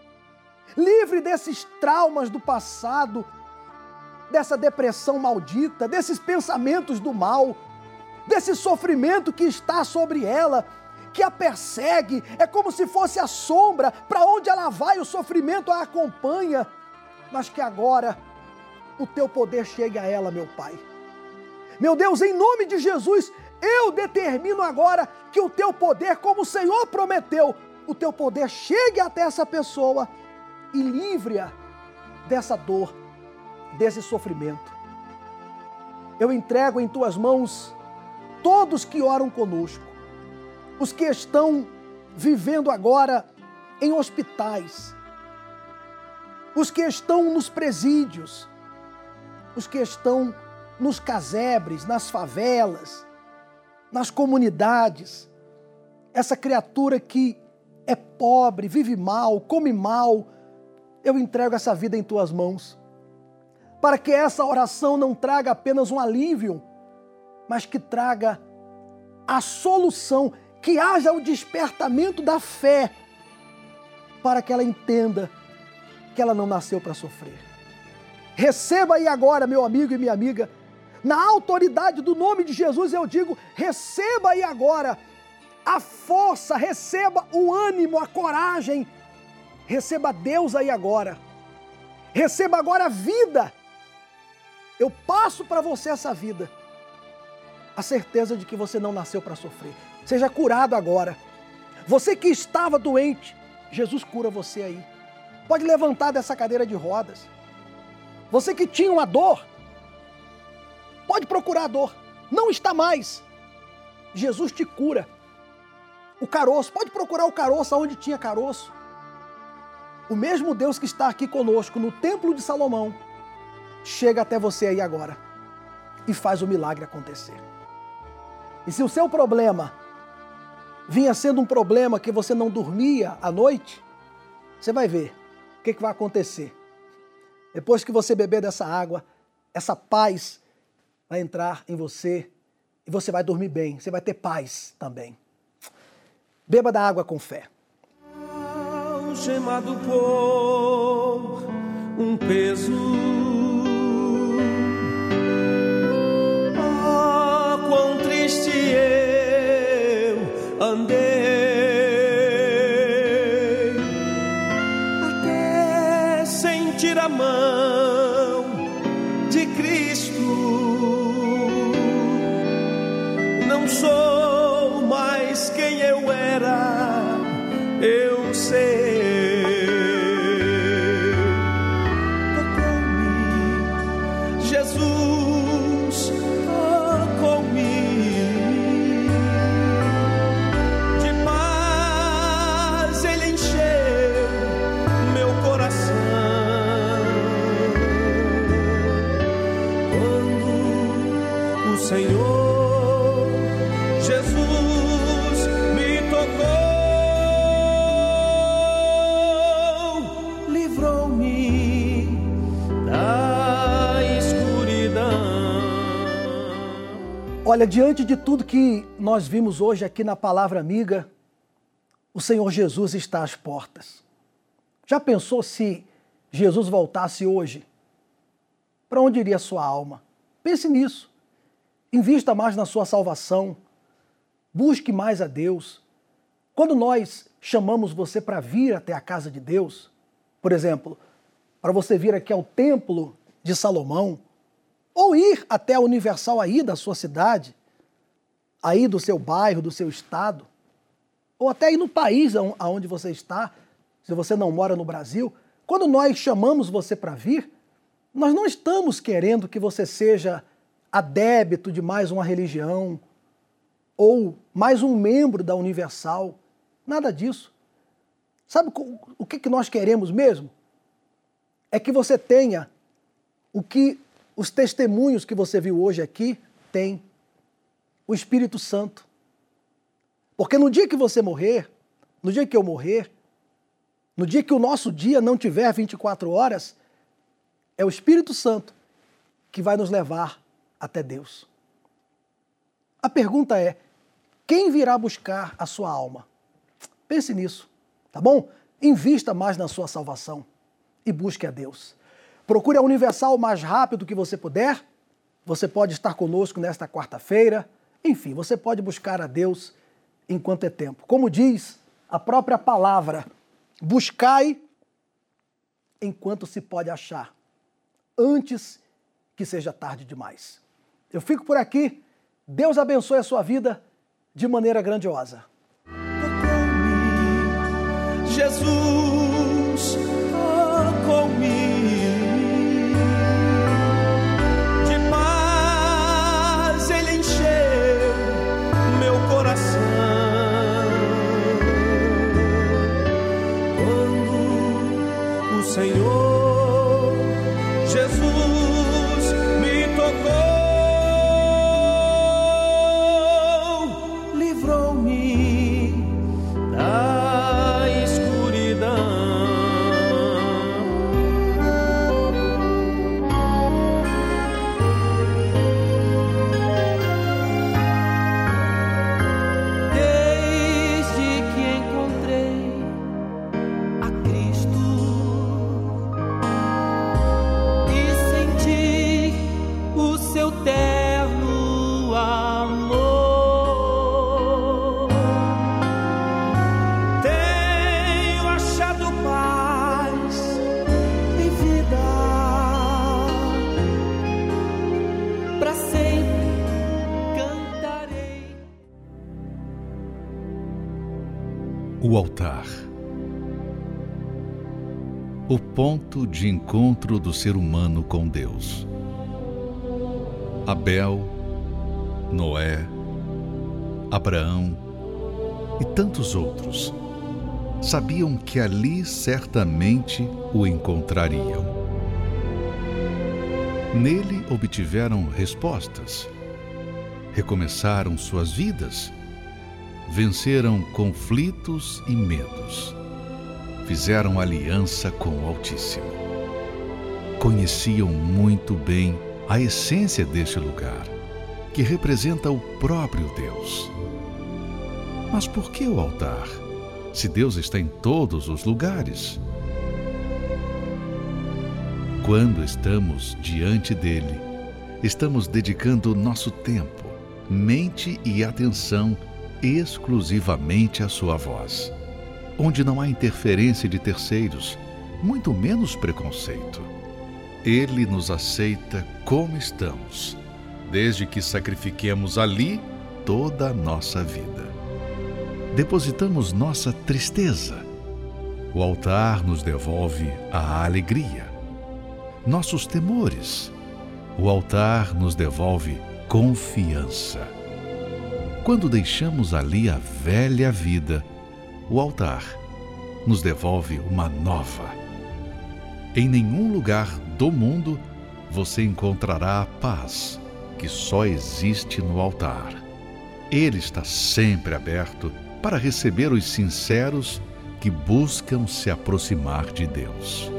Livre desses traumas do passado. Dessa depressão maldita. Desses pensamentos do mal. Desse sofrimento que está sobre ela. Que a persegue. É como se fosse a sombra. Para onde ela vai, o sofrimento a acompanha. Mas que agora o teu poder chegue a ela, meu Pai. Meu Deus, em nome de Jesus, eu determino agora que o teu poder, como o Senhor prometeu, o teu poder chegue até essa pessoa e livre-a dessa dor, desse sofrimento. Eu entrego em tuas mãos todos que oram conosco, os que estão vivendo agora em hospitais, os que estão nos presídios, os que estão nos casebres, nas favelas, nas comunidades. Essa criatura que é pobre, vive mal, come mal, eu entrego essa vida em tuas mãos, para que essa oração não traga apenas um alívio, mas que traga a solução, que haja o despertamento da fé, para que ela entenda que ela não nasceu para sofrer. Receba aí agora, meu amigo e minha amiga, na autoridade do nome de Jesus eu digo, receba aí agora a força, receba o ânimo, a coragem, receba Deus aí agora, receba agora a vida. Eu passo para você essa vida, a certeza de que você não nasceu para sofrer. Seja curado agora. Você que estava doente, Jesus cura você aí. Pode levantar dessa cadeira de rodas. Você que tinha uma dor, pode procurar a dor. Não está mais. Jesus te cura. O caroço, pode procurar o caroço onde tinha caroço. O mesmo Deus que está aqui conosco no Templo de Salomão, chega até você aí agora e faz o milagre acontecer. E se o seu problema vinha sendo um problema que você não dormia à noite, você vai ver o que, que vai acontecer. Depois que você beber dessa água, essa paz vai entrar em você e você vai dormir bem, você vai ter paz também. Beba da água com fé. Algemado por um peso, oh, quão triste eu andei, até sentir a mão de Cristo. Não sou mais quem eu era, eu sei. Tocou-me, Jesus, tocou-me. De paz Ele encheu meu coração. Quando o Senhor Jesus Olha, diante de tudo que nós vimos hoje aqui na Palavra Amiga, o Senhor Jesus está às portas. Já pensou se Jesus voltasse hoje? Para onde iria a sua alma? Pense nisso. Invista mais na sua salvação. Busque mais a Deus. Quando nós chamamos você para vir até a casa de Deus, por exemplo, para você vir aqui ao Templo de Salomão, ou ir até a Universal aí da sua cidade, aí do seu bairro, do seu estado, ou até aí no país aonde você está, se você não mora no Brasil, quando nós chamamos você para vir, nós não estamos querendo que você seja adébito de mais uma religião ou mais um membro da Universal. Nada disso. Sabe o que nós queremos mesmo? É que você tenha o que os testemunhos que você viu hoje aqui têm. O Espírito Santo. Porque no dia que você morrer, no dia que eu morrer, no dia que o nosso dia não tiver vinte e quatro horas, é o Espírito Santo que vai nos levar até Deus. A pergunta é, quem virá buscar a sua alma? Pense nisso, tá bom? Invista mais na sua salvação e busque a Deus. Procure a Universal o mais rápido que você puder. Você pode estar conosco nesta quarta-feira. Enfim, você pode buscar a Deus enquanto é tempo. Como diz a própria palavra, buscai enquanto se pode achar, antes que seja tarde demais. Eu fico por aqui. Deus abençoe a sua vida de maneira grandiosa. Jesus, tocou-me. De paz ele encheu meu coração. Quando o Senhor Jesus me tocou, livrou-me da escuridão. Desde que encontrei a Cristo e senti o seu terno amor, tenho achado paz e vida. Pra sempre cantarei. O altar. O ponto de encontro do ser humano com Deus. Abel, Noé, Abraão e tantos outros sabiam que ali certamente o encontrariam. Nele obtiveram respostas, recomeçaram suas vidas, venceram conflitos e medos, fizeram aliança com o Altíssimo. Conheciam muito bem a essência deste lugar, que representa o próprio Deus. Mas por que o altar, se Deus está em todos os lugares? Quando estamos diante dele, estamos dedicando nosso tempo, mente e atenção exclusivamente à sua voz, onde não há interferência de terceiros, muito menos preconceito. Ele nos aceita como estamos, desde que sacrifiquemos ali toda a nossa vida. Depositamos nossa tristeza. O altar nos devolve a alegria. Nossos temores. O altar nos devolve confiança. Quando deixamos ali a velha vida, o altar nos devolve uma nova. Em nenhum lugar do mundo você encontrará a paz que só existe no altar. Ele está sempre aberto para receber os sinceros que buscam se aproximar de Deus.